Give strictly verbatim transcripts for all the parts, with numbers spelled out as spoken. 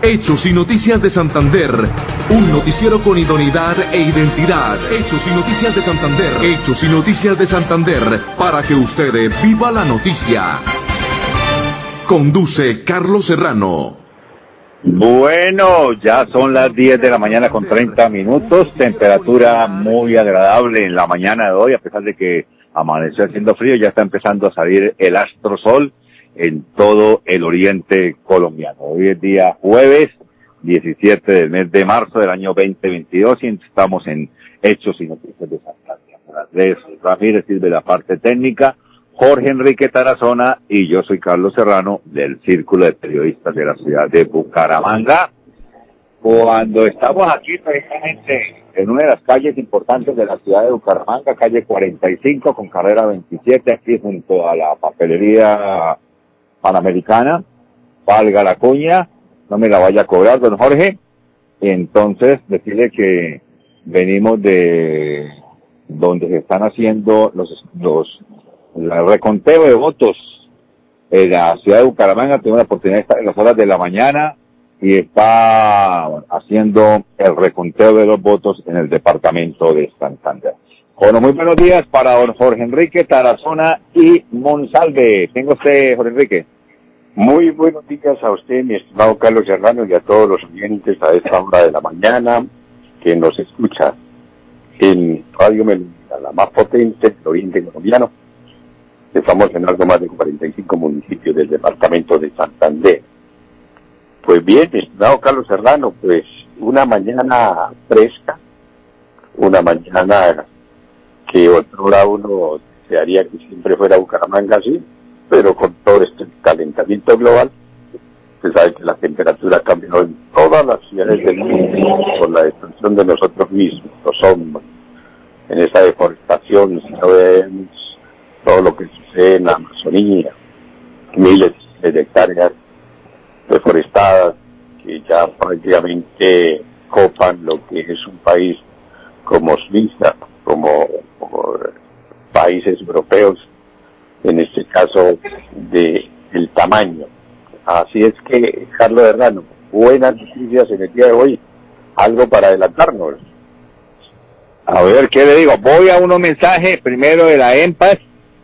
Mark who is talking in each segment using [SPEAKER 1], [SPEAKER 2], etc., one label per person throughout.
[SPEAKER 1] Hechos y Noticias de Santander, un noticiero con idoneidad e identidad. Hechos y Noticias de Santander, Hechos y Noticias de Santander, para que usted viva la noticia. Conduce Carlos Serrano.
[SPEAKER 2] Bueno, ya son las diez de la mañana con treinta minutos, temperatura muy agradable en la mañana de hoy, a pesar de que amaneció haciendo frío, ya está empezando a salir el astrosol en todo el oriente colombiano. Hoy es día jueves, diecisiete del mes de marzo del año veinte veintidós, y estamos en Hechos y Noticias de Santander. Andrés Ramírez sirve la parte técnica, Jorge Enrique Tarazona y yo soy Carlos Serrano del Círculo de Periodistas de la ciudad de Bucaramanga. Cuando estamos aquí precisamente en una de las calles importantes de la ciudad de Bucaramanga, calle cuarenta y cinco con carrera veintisiete, aquí junto a la papelería Panamericana, valga la cuña, no me la vaya a cobrar, don Jorge. Entonces, decirle que venimos de donde se están haciendo los, los, el reconteo de votos en la ciudad de Bucaramanga. Tengo la oportunidad de estar en las horas de la mañana y está haciendo el reconteo de los votos en el departamento de Santander. Bueno, muy buenos días para don Jorge Enrique Tarazona y Monsalve. ¿Tengo usted, Jorge Enrique?
[SPEAKER 3] Muy buenos días a usted, mi estimado Carlos Serrano, y a todos los oyentes a esta hora de la mañana que nos escucha en Radio Melodía, la más potente del oriente colombiano. Estamos en algo más de cuarenta y cinco municipios del departamento de Santander. Pues bien, mi estimado Carlos Serrano, pues una mañana fresca, una mañana que otrora uno desearía que siempre fuera Bucaramanga así, pero con todo este calentamiento global, se sabe que la temperatura ha cambiado en todas las ciudades del mundo por la destrucción de nosotros mismos, los hombres. En esa deforestación, si no vemos todo lo que sucede en la Amazonía, miles de hectáreas deforestadas que ya prácticamente copan lo que es un país como Suiza, como, como países europeos, en este caso de el tamaño. Así es que, Carlos Serrano, buenas noticias en el día de hoy, algo para adelantarnos.
[SPEAKER 2] A ver, ¿qué le digo? Voy a unos mensajes, primero de la EMPAS,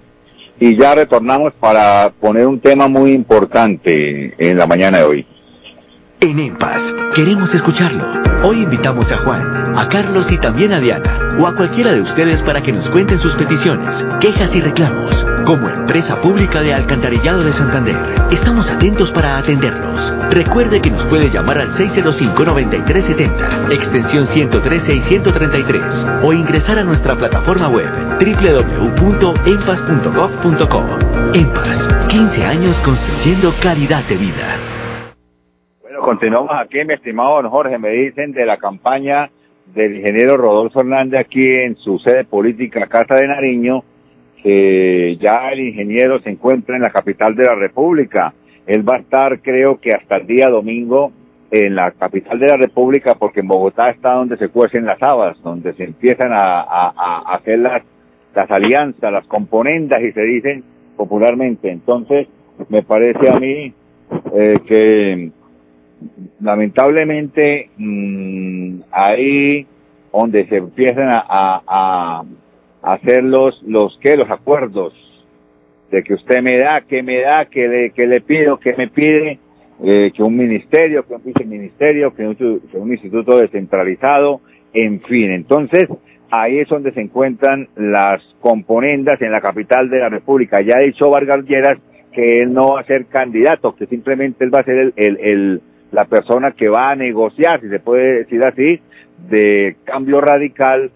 [SPEAKER 2] y ya retornamos para poner un tema muy importante en la mañana de hoy.
[SPEAKER 4] En EMPAS queremos escucharlo. Hoy invitamos a Juan, a Carlos y también a Diana, o a cualquiera de ustedes para que nos cuenten sus peticiones, quejas y reclamos. Como empresa pública de Alcantarillado de Santander, estamos atentos para atenderlos. Recuerde que nos puede llamar al seis cero cinco, nueve tres siete cero, extensión ciento trece y ciento treinta y tres, o ingresar a nuestra plataforma web doble u doble u doble u punto empas punto gov punto co. EMPAS, quince años construyendo calidad de vida.
[SPEAKER 2] Continuamos aquí, mi estimado don Jorge. Me dicen de la campaña del ingeniero Rodolfo Hernández aquí en su sede política, Casa de Nariño, que ya el ingeniero se encuentra en la capital de la República. Él va a estar, creo que hasta el día domingo, en la capital de la República, porque en Bogotá está donde se cuecen las habas, donde se empiezan a, a, a hacer las, las alianzas, las componendas, y se dicen popularmente. Entonces, me parece a mí eh, que lamentablemente mmm, ahí donde se empiezan a, a, a hacer los los que los acuerdos de que usted me da, que me da, que le que le pido, que me pide, eh, que un ministerio, que un viceministerio, que un, que un instituto descentralizado, en fin. Entonces ahí es donde se encuentran las componendas en la capital de la República. Ya ha dicho Vargas Lleras que él no va a ser candidato, que simplemente él va a ser el, el, el la persona que va a negociar, si se puede decir así, de Cambio Radical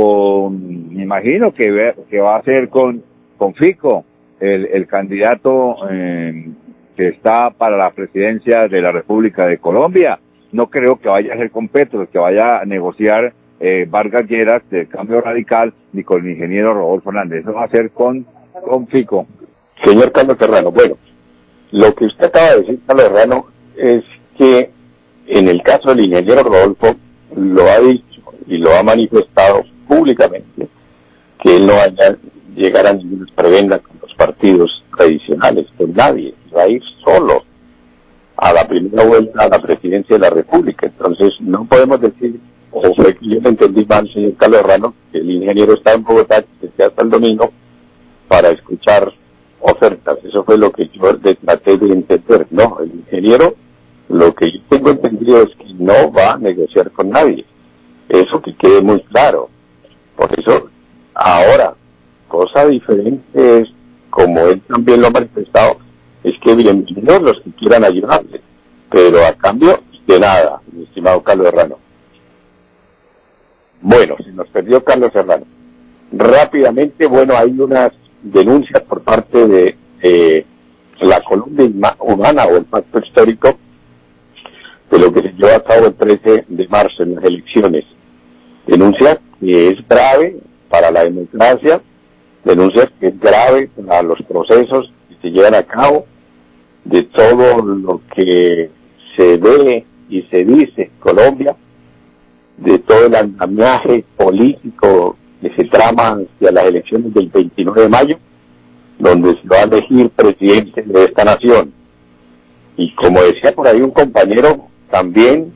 [SPEAKER 2] con, me imagino que, que va a ser con, con Fico, el, el candidato eh, que está para la presidencia de la República de Colombia. No creo que vaya a ser con Petro, que vaya a negociar eh, Vargas Lleras de Cambio Radical, ni con el ingeniero Rodolfo Hernández. Eso va a ser con, con Fico.
[SPEAKER 3] Señor Carlos Serrano, bueno, lo que usted acaba de decir, Carlos Serrano, es que en el caso del ingeniero Rodolfo lo ha dicho y lo ha manifestado públicamente, que él no vaya a llegar a ninguna prebenda con los partidos tradicionales, con nadie, va a ir solo a la primera vuelta a la presidencia de la República. Entonces, no podemos decir, o fue que yo me entendí mal, señor Carlos Serrano, que el ingeniero está en Bogotá, que esté hasta el domingo, para escuchar ofertas. Eso fue lo que yo traté de entender. No, el ingeniero, lo que yo tengo entendido es que no va a negociar con nadie. Eso que quede muy claro. Por eso, ahora, cosa diferente es, como él también lo ha manifestado, es que bienvenidos los que quieran ayudarle, pero a cambio de nada, mi estimado Carlos Serrano. Bueno, se nos perdió Carlos Serrano. Rápidamente, bueno, hay unas denuncias por parte de eh, la Colombia Humana o el Pacto Histórico de lo que se llevó a cabo el trece de marzo en las elecciones. Denuncias que es grave para la democracia, denuncias que es grave para los procesos que se llevan a cabo, de todo lo que se ve y se dice en Colombia, de todo el andamiaje político que se trama hacia las elecciones del veintinueve de mayo, donde se va a elegir presidente de esta nación. Y como decía por ahí un compañero también,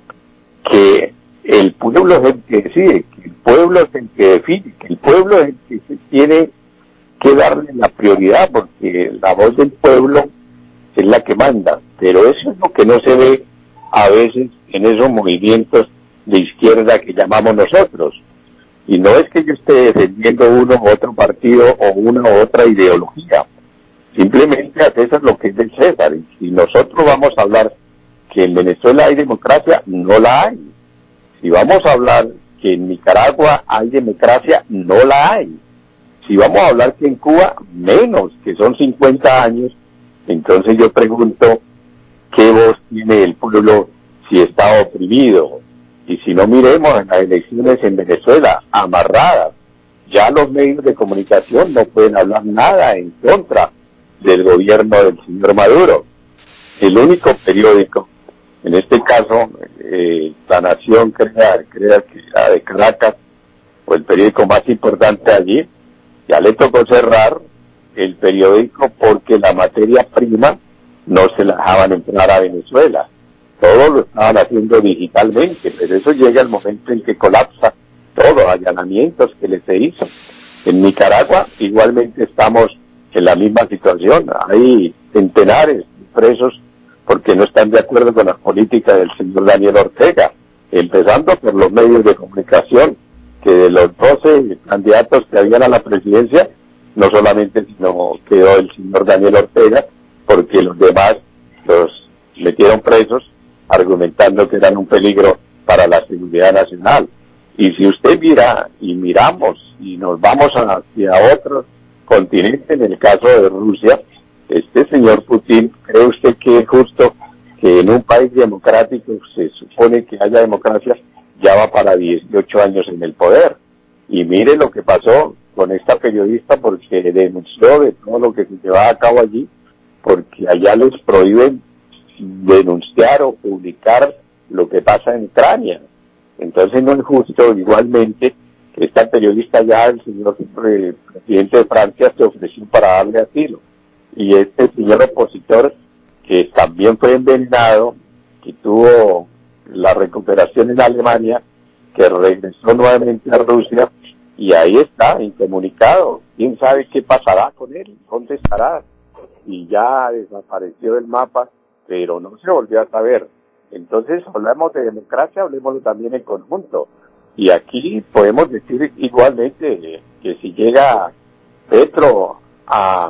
[SPEAKER 3] que el pueblo es el que decide, que el pueblo es el que define, que el pueblo es el que se tiene que darle la prioridad, porque la voz del pueblo es la que manda. Pero eso es lo que no se ve a veces en esos movimientos de izquierda que llamamos nosotros. Y no es que yo esté defendiendo uno u otro partido o una u otra ideología. Simplemente a César lo que es del César. Y si nosotros vamos a hablar que en Venezuela hay democracia, no la hay. Si vamos a hablar que en Nicaragua hay democracia, no la hay. Si vamos a hablar que en Cuba, menos, que son cincuenta años, entonces yo pregunto, ¿qué voz tiene el pueblo si está oprimido? Y si no, miremos en las elecciones en Venezuela, amarradas. Ya los medios de comunicación no pueden hablar nada en contra del gobierno del señor Maduro. El único periódico, en este caso, eh, La Nación, crea, crea que la de Caracas, o el periódico más importante allí, ya le tocó cerrar el periódico porque la materia prima no se la dejaban entrar a Venezuela. Todo lo estaban haciendo digitalmente, pero eso llega el momento en que colapsa todo, allanamientos que les se hizo. En Nicaragua igualmente estamos en la misma situación. Hay centenares de presos porque no están de acuerdo con la política del señor Daniel Ortega, empezando por los medios de comunicación, que de los doce candidatos que habían a la presidencia, no solamente sino quedó el señor Daniel Ortega, porque los demás los metieron presos argumentando que eran un peligro para la seguridad nacional. Y si usted mira y miramos y nos vamos hacia otro continente, en el caso de Rusia, este señor Putin, ¿cree usted que es justo que en un país democrático se supone que haya democracia, ya va para dieciocho años en el poder? Y mire lo que pasó con esta periodista, porque denunció de todo lo que se llevaba a cabo allí, porque allá les prohíben denunciar o publicar lo que pasa en Ucrania. Entonces no es justo igualmente que esta periodista, ya el señor eh, presidente de Francia se ofreció para darle asilo, y este señor opositor que también fue envenenado, que tuvo la recuperación en Alemania, que regresó nuevamente a Rusia, y ahí está, incomunicado. ¿Quién sabe qué pasará con él? ¿Dónde estará? Y ya desapareció del mapa, pero no se volvió a saber. Entonces, hablamos de democracia, hablemoslo también en conjunto. Y aquí podemos decir igualmente que si llega Petro a,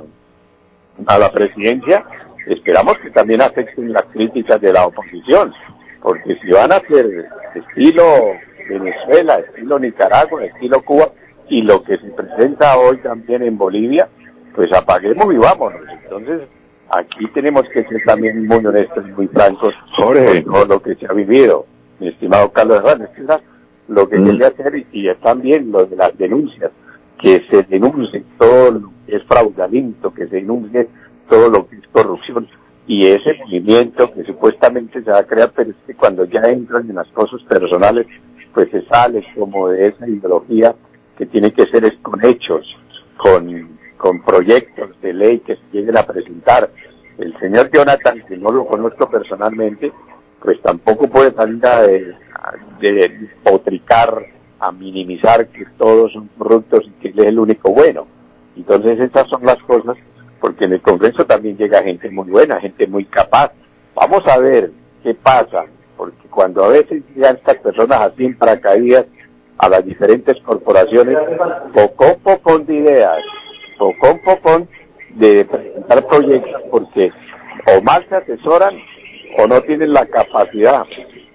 [SPEAKER 3] a la presidencia, esperamos que también acepten las críticas de la oposición, porque si van a hacer estilo Venezuela, estilo Nicaragua, estilo Cuba, y lo que se presenta hoy también en Bolivia, pues apaguemos y vámonos. Entonces, aquí tenemos que ser también muy honestos y muy francos sobre todo lo que se ha vivido. Mi estimado Carlos Hernández, que era lo que mm. quería hacer, y, y también lo de las denuncias, que se denuncie todo lo que es fraudulento, que se denuncie todo lo que es corrupción, y ese movimiento que supuestamente se va a crear, pero es que cuando ya entran en las cosas personales, pues se sale como de esa ideología que tiene que ser es con hechos, con, con proyectos de ley que se lleguen a presentar, el señor Jonathan, que no lo conozco personalmente, pues tampoco puede salir a de, de potricar, a minimizar que todos son corruptos y que él es el único bueno. Entonces estas son las cosas, porque en el Congreso también llega gente muy buena, gente muy capaz. Vamos a ver qué pasa, porque cuando a veces llegan estas personas así en paracaídas a las diferentes corporaciones, pocón pocón de ideas, pocón pocón de presentar proyectos, porque o mal se asesoran o no tienen la capacidad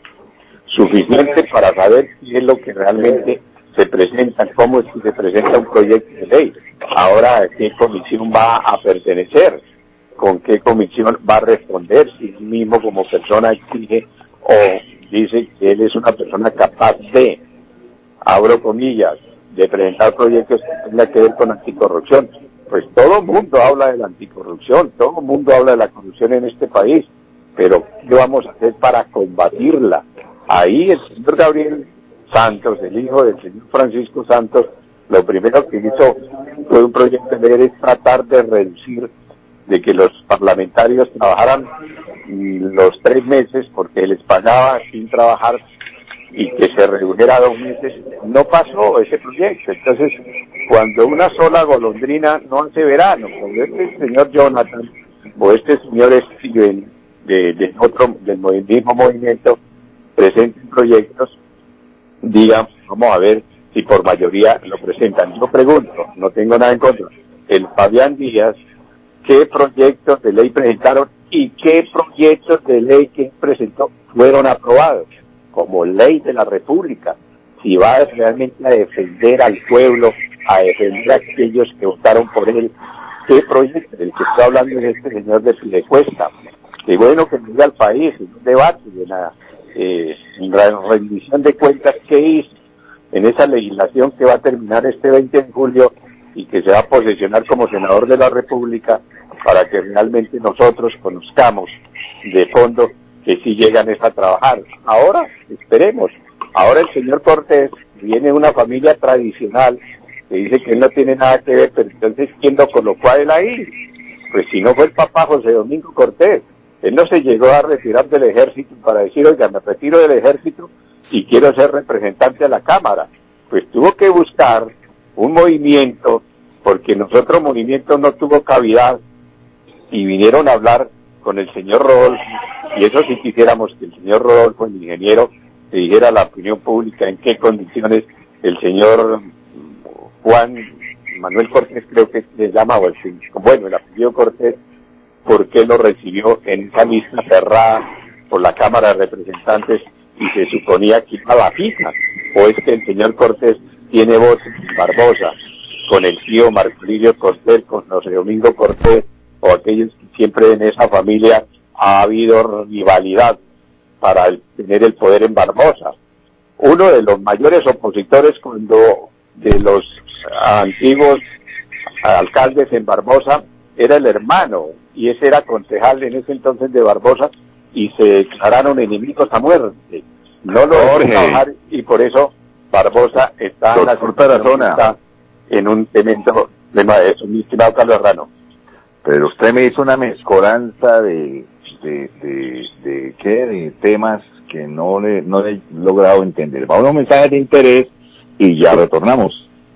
[SPEAKER 3] suficiente para saber qué es lo que realmente se presenta, cómo es que se presenta un proyecto de ley. Ahora, ¿a qué comisión va a pertenecer? ¿Con qué comisión va a responder? Si él mismo como persona exige o dice que él es una persona capaz de, abro comillas, de presentar proyectos que tengan que ver con anticorrupción. Pues todo el mundo habla de la anticorrupción, todo el mundo habla de la corrupción en este país, pero ¿qué vamos a hacer para combatirla? Ahí el señor Gabriel Santos, el hijo del señor Francisco Santos, lo primero que hizo fue un proyecto de ley, es tratar de reducir, de que los parlamentarios trabajaran los tres meses porque les pagaba sin trabajar y que se redujera a dos meses. No pasó ese proyecto. Entonces, cuando una sola golondrina no hace verano, cuando este señor Jonathan o este señor Steven de, de otro, del mismo movimiento presenten proyectos, digan, vamos a ver si por mayoría lo presentan. Yo pregunto, no tengo nada en contra, el Fabián Díaz, ¿qué proyectos de ley presentaron y qué proyectos de ley que presentó fueron aprobados como ley de la República? Si va realmente a defender al pueblo, a defender a aquellos que votaron por él, ¿qué proyecto? El que está hablando es este señor de Pidecuesta. Qué bueno que llegue al país en un debate de la, eh, en la rendición de cuentas que hizo en esa legislación que va a terminar este veinte de julio y que se va a posesionar como senador de la República, para que realmente nosotros conozcamos de fondo que sí llegan a trabajar. Ahora, esperemos. Ahora el señor Cortés viene de una familia tradicional que dice que él no tiene nada que ver, pero entonces, ¿quién lo colocó a él ahí? Pues si no fue el papá José Domingo Cortés. Él no se llegó a retirar del ejército para decir, oiga, me retiro del ejército y quiero ser representante a la Cámara. Pues tuvo que buscar un movimiento, porque nosotros movimiento no tuvo cavidad, y vinieron a hablar con el señor Rodolfo, y eso sí quisiéramos que el señor Rodolfo, el ingeniero, le dijera a la opinión pública en qué condiciones el señor Juan Manuel Cortés, creo que se llama, o el, bueno, el apellido Cortés, por qué lo recibió en esa lista cerrada por la Cámara de Representantes y se suponía que iba a la fija, o es que el señor Cortés tiene voz en Barbosa, con el tío Marcolillo Cortés, con José Domingo Cortés, o aquellos que siempre en esa familia ha habido rivalidad para el, tener el poder en Barbosa. Uno de los mayores opositores cuando de los antiguos alcaldes en Barbosa era el hermano, y ese era concejal en ese entonces de Barbosa, y se declararon enemigos a muerte. No lo dejó trabajar, y por eso Barbosa está en la zona, está en un tremendo tema de eso, mi estimado Carlos Serrano.
[SPEAKER 2] Pero usted me hizo una mezcolanza de, de, de, de, ¿qué? De temas que no le, no le he logrado entender. Vamos a un mensaje de interés y ya retornamos.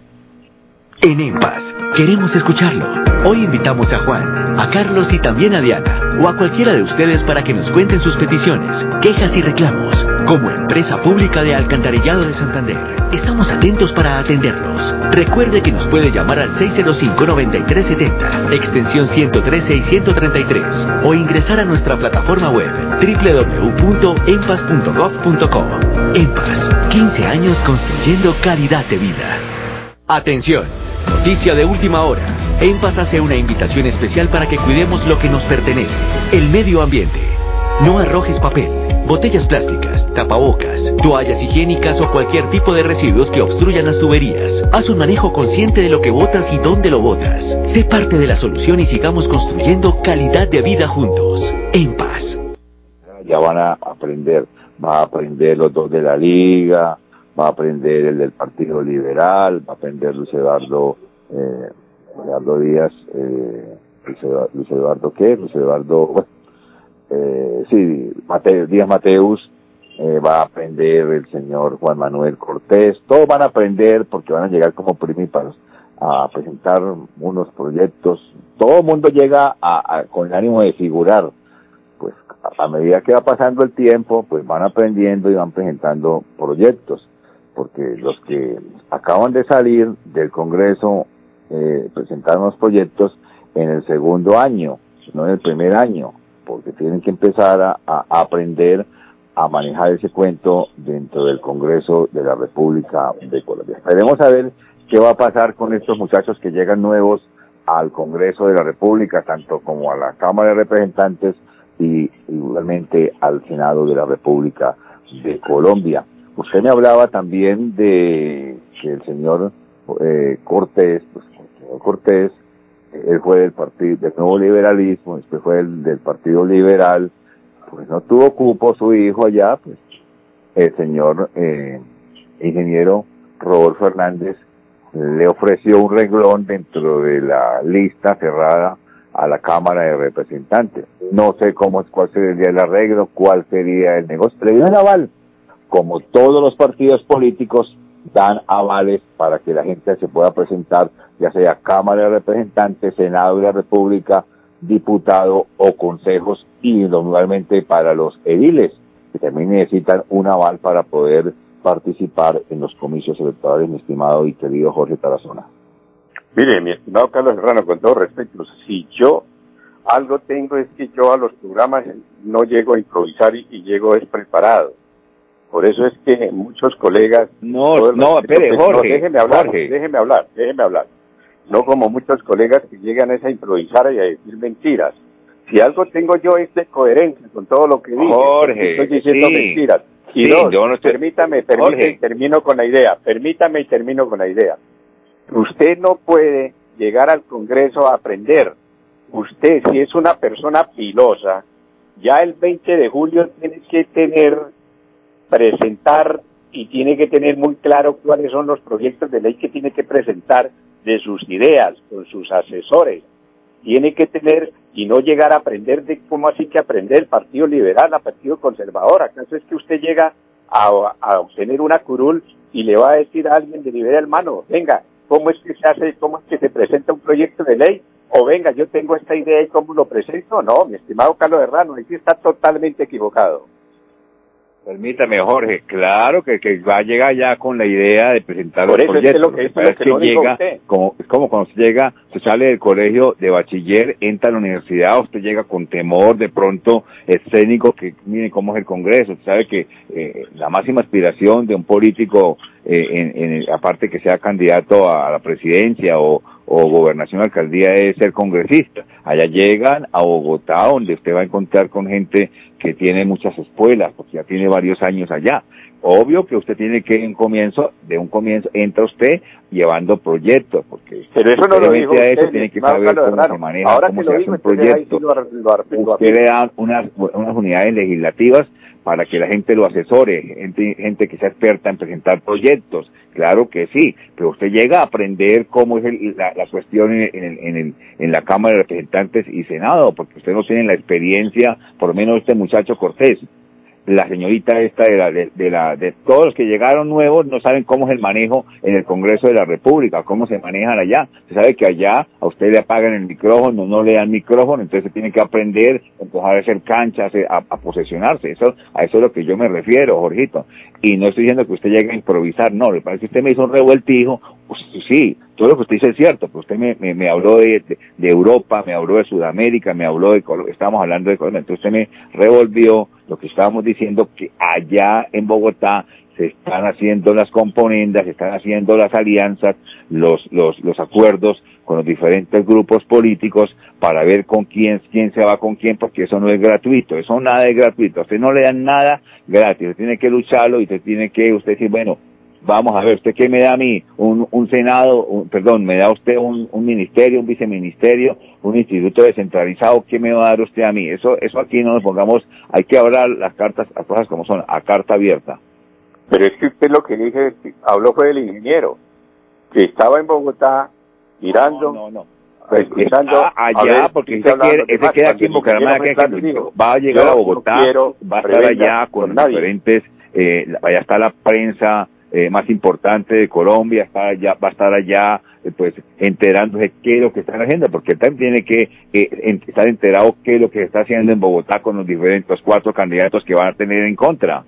[SPEAKER 4] En En Paz, queremos escucharlo. Hoy invitamos a Juan, a Carlos y también a Diana, o a cualquiera de ustedes para que nos cuenten sus peticiones, quejas y reclamos. Como empresa pública de Alcantarillado de Santander, estamos atentos para atenderlos. Recuerde que nos puede llamar al seis cero cinco, nueve tres siete cero, extensión ciento trece y ciento treinta y tres, o ingresar a nuestra plataforma web doble u doble u doble u punto en paz punto gov punto co. En Paz, quince años construyendo calidad de vida. Atención, noticia de última hora. En Paz hace una invitación especial para que cuidemos lo que nos pertenece, el medio ambiente. No arrojes papel, botellas plásticas, tapabocas, toallas higiénicas o cualquier tipo de residuos que obstruyan las tuberías. Haz un manejo consciente de lo que botas y dónde lo botas. Sé parte de la solución y sigamos construyendo calidad de vida juntos. En Paz.
[SPEAKER 2] Ya van a aprender, va a aprender los dos de la Liga, va a aprender el del Partido Liberal, va a aprender Luis Eduardo, eh, Eduardo Díaz, eh, Luis Eduardo, Luis Eduardo ¿qué? Luis Eduardo, bueno, eh, sí, Mateo, Díaz Mateus, eh, va a aprender el señor Juan Manuel Cortés, todos van a aprender porque van a llegar como primíparos a presentar unos proyectos, todo el mundo llega a, a, con el ánimo de figurar, pues a, a medida que va pasando el tiempo, pues van aprendiendo y van presentando proyectos, porque los que acaban de salir del Congreso eh, presentaron los proyectos en el segundo año, no en el primer año, porque tienen que empezar a, a aprender a manejar ese cuento dentro del Congreso de la República de Colombia. Esperemos a ver qué va a pasar con estos muchachos que llegan nuevos al Congreso de la República, tanto como a la Cámara de Representantes y igualmente al Senado de la República de Colombia. Usted me hablaba también de que el señor eh, Cortés, pues el señor Cortés, él fue del partido del Nuevo Liberalismo, después fue el del Partido Liberal, pues no tuvo cupo su hijo allá, pues el señor eh, ingeniero Rodolfo Hernández le ofreció un renglón dentro de la lista cerrada a la Cámara de Representantes. No sé cómo cuál sería el arreglo, cuál sería el negocio. Le dio un aval, como todos los partidos políticos dan avales para que la gente se pueda presentar, ya sea Cámara de Representantes, Senado de la República, diputado o consejos, y normalmente para los ediles, que también necesitan un aval para poder participar en los comicios electorales, mi estimado y querido Jorge Tarazona.
[SPEAKER 3] Mire, mi estimado Carlos Serrano, con todo respeto, si yo algo tengo es que yo a los programas no llego a improvisar y, y llego despreparado. Por eso es que muchos colegas...
[SPEAKER 2] No, no, espere, Jorge.
[SPEAKER 3] No, déjeme hablar,
[SPEAKER 2] Jorge.
[SPEAKER 3] déjeme hablar, déjeme hablar. No como muchos colegas que llegan a esa improvisar y a decir mentiras. Si algo tengo yo es de coherencia con todo lo que digo.
[SPEAKER 2] Jorge,
[SPEAKER 3] estoy diciendo
[SPEAKER 2] sí,
[SPEAKER 3] mentiras. Y
[SPEAKER 2] sí,
[SPEAKER 3] dos,
[SPEAKER 2] yo no estoy...
[SPEAKER 3] permítame, permítame
[SPEAKER 2] Jorge.
[SPEAKER 3] y termino con la idea. Permítame y termino con la idea. Usted no puede llegar al Congreso a aprender. Usted, si es una persona pilosa, ya el veinte de julio tiene que tener, presentar y tiene que tener muy claro cuáles son los proyectos de ley que tiene que presentar de sus ideas, con sus asesores. Tiene que tener, y no llegar a aprender de cómo así que aprender el Partido Liberal, al Partido Conservador. ¿Acaso es que usted llega a, a obtener una curul y le va a decir a alguien de Liberal, hermano, venga, ¿cómo es que se hace, cómo es que se presenta un proyecto de ley? O venga, yo tengo esta idea y cómo lo presento. No, mi estimado Carlos Serrano, ahí sí está totalmente equivocado.
[SPEAKER 2] Permítame, Jorge, claro que, que va a llegar ya con la idea de presentar
[SPEAKER 3] Por
[SPEAKER 2] los
[SPEAKER 3] eso
[SPEAKER 2] proyectos.
[SPEAKER 3] es que lo que, es lo que, lo
[SPEAKER 2] llega,
[SPEAKER 3] usted.
[SPEAKER 2] como, es como cuando usted llega, usted sale del colegio de bachiller, entra a la universidad, usted llega con temor de pronto escénico, que miren cómo es el Congreso. Usted sabe que eh, la máxima aspiración de un político, eh, en, en, aparte que sea candidato a la presidencia o, o gobernación, alcaldía, es ser congresista. Allá llegan a Bogotá, donde usted va a encontrar con gente que tiene muchas escuelas, porque ya tiene varios años allá. Obvio que usted tiene que, en comienzo, de un comienzo, entra usted llevando proyectos, porque
[SPEAKER 3] pero eso no lo dijo
[SPEAKER 2] a eso
[SPEAKER 3] usted,
[SPEAKER 2] tiene que
[SPEAKER 3] Carlos
[SPEAKER 2] saber cómo
[SPEAKER 3] Serrano.
[SPEAKER 2] se maneja,
[SPEAKER 3] Ahora
[SPEAKER 2] cómo
[SPEAKER 3] que
[SPEAKER 2] se
[SPEAKER 3] lo
[SPEAKER 2] hace
[SPEAKER 3] dijo,
[SPEAKER 2] un proyecto.
[SPEAKER 3] Lo, lo, lo, lo
[SPEAKER 2] usted le da unas, unas unidades legislativas para que la gente lo asesore, gente, gente que sea experta en presentar proyectos, claro que sí, pero usted llega a aprender cómo es el, la, la cuestión en, en, en, el, en la Cámara de Representantes y Senado, porque usted no tiene la experiencia, por lo menos este muchacho Cortés, la señorita esta de la, de, de la, de todos los que llegaron nuevos no saben cómo es el manejo en el Congreso de la República, cómo se manejan allá. Se sabe que allá a usted le apagan el micrófono, no le dan micrófono, entonces se tiene que aprender, empezar a hacer canchas, a, a posesionarse. Eso, a eso es lo que yo me refiero, Jorgito. Y no estoy diciendo que usted llegue a improvisar, no, le parece que usted me hizo un revueltijo, pues sí, todo lo que usted dice es cierto, pero usted me, me, me habló de, de, de Europa, me habló de Sudamérica, me habló de Colombia, estábamos hablando de Colombia, entonces usted me revolvió lo que estábamos diciendo, que allá en Bogotá se están haciendo las componendas, se están haciendo las alianzas, los, los, los acuerdos con los diferentes grupos políticos para ver con quién, quién se va con quién, porque eso no es gratuito, eso nada es gratuito, a usted no le dan nada gratis, usted tiene que lucharlo y usted tiene que, usted decir, bueno, vamos a ver, ¿usted qué me da a mí? Un, un senado, un, perdón, ¿me da usted un, un ministerio, un viceministerio, un instituto descentralizado? ¿Qué me va a dar usted a mí? Eso eso aquí no nos pongamos, hay que hablar las cartas, las cosas como son, a carta abierta.
[SPEAKER 3] Pero es que usted lo que dije, habló fue del ingeniero, que estaba en Bogotá mirando...
[SPEAKER 2] No, no, no. Pues está allá, porque ese, quiere, ese queda aquí en Bucaramanga, que va a llegar a Bogotá, va a estar allá con diferentes, eh, allá está la prensa eh, más importante de Colombia, está allá, va a estar allá, eh, pues, enterándose qué es lo que están haciendo, porque él también tiene que eh, estar enterado qué es lo que se está haciendo en Bogotá con los diferentes, los cuatro candidatos que van a tener en contra.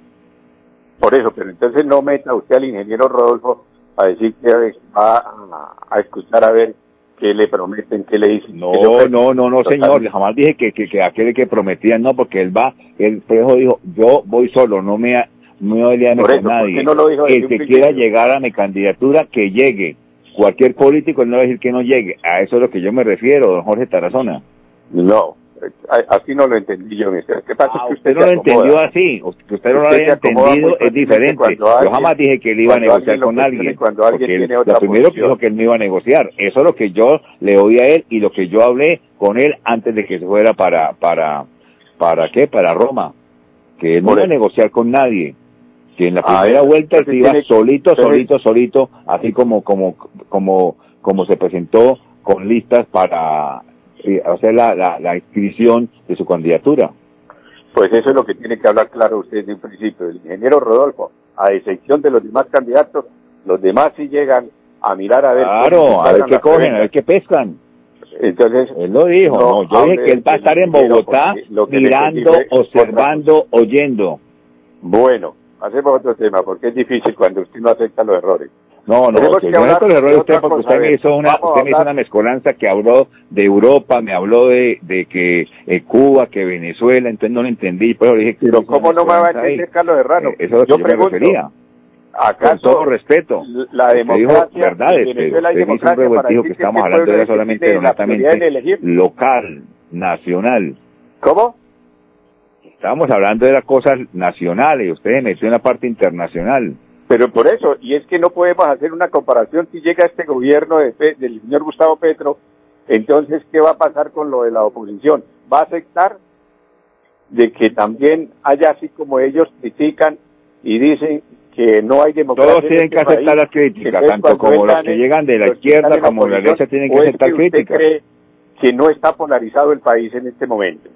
[SPEAKER 3] Por eso, pero entonces no meta usted al ingeniero Rodolfo a decir que va a, a escuchar a ver qué le prometen, qué le dicen.
[SPEAKER 2] No, no, no, no, señor, jamás dije que, que, que aquel que prometían, no, porque él va, él dijo, yo voy solo, no me, no me voy a con nadie.
[SPEAKER 3] No lo dijo
[SPEAKER 2] el que quiera llegar a mi candidatura, que llegue. Cualquier político, él no va a decir que no llegue. A eso es lo que yo me refiero, don Jorge Tarazona.
[SPEAKER 3] No, así no lo entendí yo, mister. ¿Qué pasa?
[SPEAKER 2] Ah,
[SPEAKER 3] que
[SPEAKER 2] usted, usted no lo entendió así, que usted no lo había entendido, es diferente. Yo alguien, jamás dije que él iba a negociar con alguien,
[SPEAKER 3] cuando alguien
[SPEAKER 2] porque
[SPEAKER 3] tiene
[SPEAKER 2] él,
[SPEAKER 3] otra
[SPEAKER 2] lo primero
[SPEAKER 3] posición.
[SPEAKER 2] que dijo que él no iba a negociar. Eso es lo que yo le oí a él y lo que yo hablé con él antes de que se fuera para, para, ¿para qué? Para Roma. Que él no iba a negociar con nadie. Que en la primera ah, vuelta él se iba tiene, solito, solito, solito, así como, como, como, como se presentó con listas para hacer la, la, la inscripción de su candidatura.
[SPEAKER 3] Pues eso es lo que tiene que hablar claro usted desde un principio. El ingeniero Rodolfo, a excepción de los demás candidatos, los demás sí llegan a mirar a ver...
[SPEAKER 2] Claro, a ver qué cogen, preguntas. A ver qué pescan.
[SPEAKER 3] Entonces...
[SPEAKER 2] Él lo dijo, no, no yo dije que él va a estar en Bogotá mirando, observando, oyendo.
[SPEAKER 3] Bueno, hacemos otro tema, porque es difícil cuando usted no acepta los errores.
[SPEAKER 2] No, no, que yo acepto los errores usted porque usted me hizo una, usted me hizo una mezcolanza que habló de Europa, me habló de, de que eh, Cuba, que Venezuela, entonces no lo entendí, pues dije que...
[SPEAKER 3] Pero ¿cómo no me va a entender, Carlos Herrano?
[SPEAKER 2] Eh, eso es lo que yo, yo pregunto, me refería.
[SPEAKER 3] ¿Acaso
[SPEAKER 2] con todo respeto,
[SPEAKER 3] la democracia
[SPEAKER 2] dijo verdades, pero usted me hizo un revoltijo que estamos hablando era solamente honestamente local, nacional.
[SPEAKER 3] ¿Cómo?
[SPEAKER 2] Estábamos hablando de las cosas nacionales, usted se metió en la parte internacional.
[SPEAKER 3] Pero por eso, y es que no podemos hacer una comparación si llega este gobierno de, del señor Gustavo Petro, entonces, ¿qué va a pasar con lo de la oposición? ¿Va a aceptar de que también haya, así como ellos critican y dicen que no hay democracia?
[SPEAKER 2] Todos tienen que aceptar las críticas, tanto como los que llegan de la izquierda como de la derecha tienen que aceptar críticas.
[SPEAKER 3] ¿Usted cree que no está polarizado el país en este momento?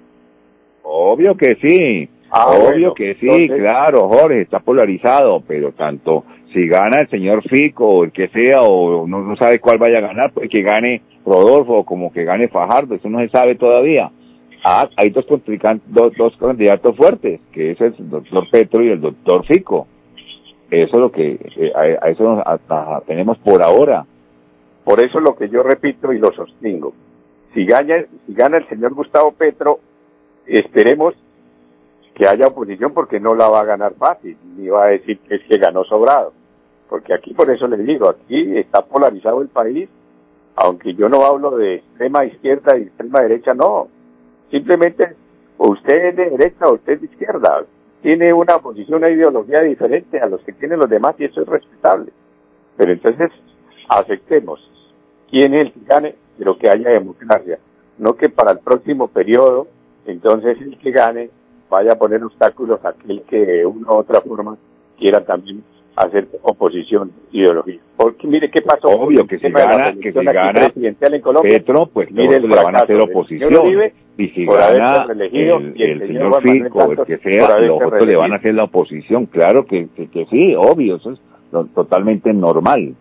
[SPEAKER 2] Obvio que sí.
[SPEAKER 3] Ah,
[SPEAKER 2] Obvio
[SPEAKER 3] bueno,
[SPEAKER 2] que sí,
[SPEAKER 3] entonces...
[SPEAKER 2] claro, Jorge, está polarizado, pero tanto si gana el señor Fico o el que sea, o no, no sabe cuál vaya a ganar, pues que gane Rodolfo o como que gane Fajardo, eso no se sabe todavía. Ah, hay dos, dos, dos candidatos fuertes, que es el doctor Petro y el doctor Fico. Eso es lo que, eh, a, a eso nos a, a, tenemos por ahora.
[SPEAKER 3] Por eso es lo que yo repito y lo sostengo. Si gana, si gana el señor Gustavo Petro, esperemos que haya oposición, porque no la va a ganar fácil, ni va a decir que es que ganó sobrado, porque aquí, por eso les digo, aquí está polarizado el país, aunque yo no hablo de extrema izquierda y extrema derecha, no, simplemente usted es de derecha o usted es de izquierda, tiene una posición, una ideología diferente a los que tienen los demás y eso es respetable, pero entonces aceptemos quién es el que gane, pero que haya democracia, no que para el próximo periodo, entonces el que gane vaya a poner obstáculos a aquel que de una u otra forma quiera también hacer oposición ideología. Porque mire qué pasó.
[SPEAKER 2] Obvio que si gana, que si gana
[SPEAKER 3] en Colombia,
[SPEAKER 2] Petro, pues mire le van a hacer oposición. Y si gana el, el, el señor Fico, el que sea, los otros le van a hacer la oposición. Claro que, que, que sí, obvio, eso es lo, totalmente normal.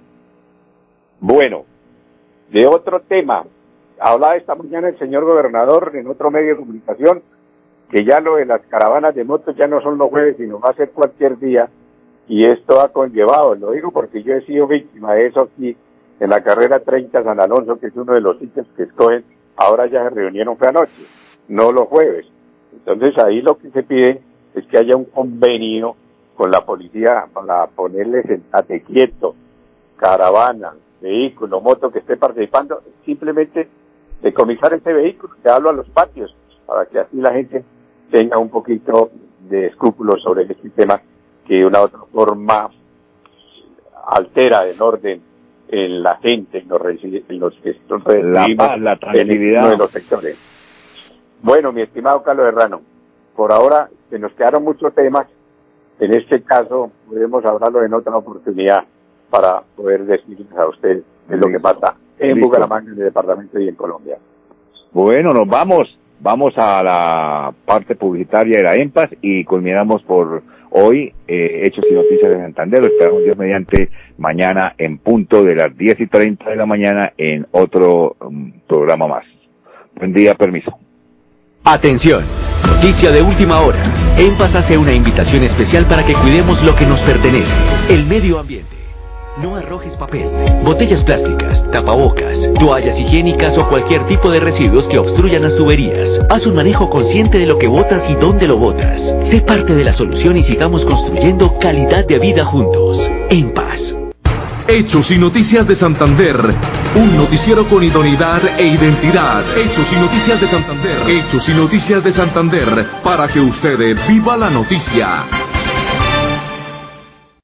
[SPEAKER 3] Bueno, de otro tema, hablaba esta mañana el señor gobernador en otro medio de comunicación, que ya lo de las caravanas de motos ya no son los jueves, sino va a ser cualquier día, y esto ha conllevado, lo digo porque yo he sido víctima de eso aquí, en la carrera treinta San Alonso, que es uno de los sitios que escogen, ahora ya se reunieron fue anoche, no los jueves. Entonces ahí lo que se pide es que haya un convenio con la policía para ponerles en tate quieto, caravana, vehículo, moto que esté participando, simplemente decomisar ese vehículo, llevarlo a los patios, para que así la gente tenga un poquito de escrúpulos sobre este tema que de una u otra forma altera el orden en la gente, en los, en los que
[SPEAKER 2] la, la tranquilidad
[SPEAKER 3] en de los sectores. Bueno, mi estimado Carlos Herrano, por ahora se nos quedaron muchos temas, en este caso podemos hablarlo en otra oportunidad para poder decirles a ustedes qué es lo que pasa en
[SPEAKER 2] Listo.
[SPEAKER 3] Bucaramanga, en el departamento y en Colombia.
[SPEAKER 2] Bueno, nos vamos. Vamos a la parte publicitaria de la EMPAS y culminamos por hoy eh, Hechos y Noticias de Santander. Lo esperamos Dios mediante mañana en punto de las diez y treinta de la mañana en otro um, programa más. Buen día, permiso.
[SPEAKER 4] Atención, noticia de última hora. EMPAS hace una invitación especial para que cuidemos lo que nos pertenece, el medio ambiente. No arrojes papel, botellas plásticas, tapabocas, toallas higiénicas o cualquier tipo de residuos que obstruyan las tuberías. Haz un manejo consciente de lo que botas y dónde lo botas. Sé parte de la solución y sigamos construyendo calidad de vida juntos. EMPAS.
[SPEAKER 1] Hechos y Noticias de Santander. Un noticiero con idoneidad e identidad. Hechos y Noticias de Santander. Hechos y Noticias de Santander. Para que usted viva la noticia.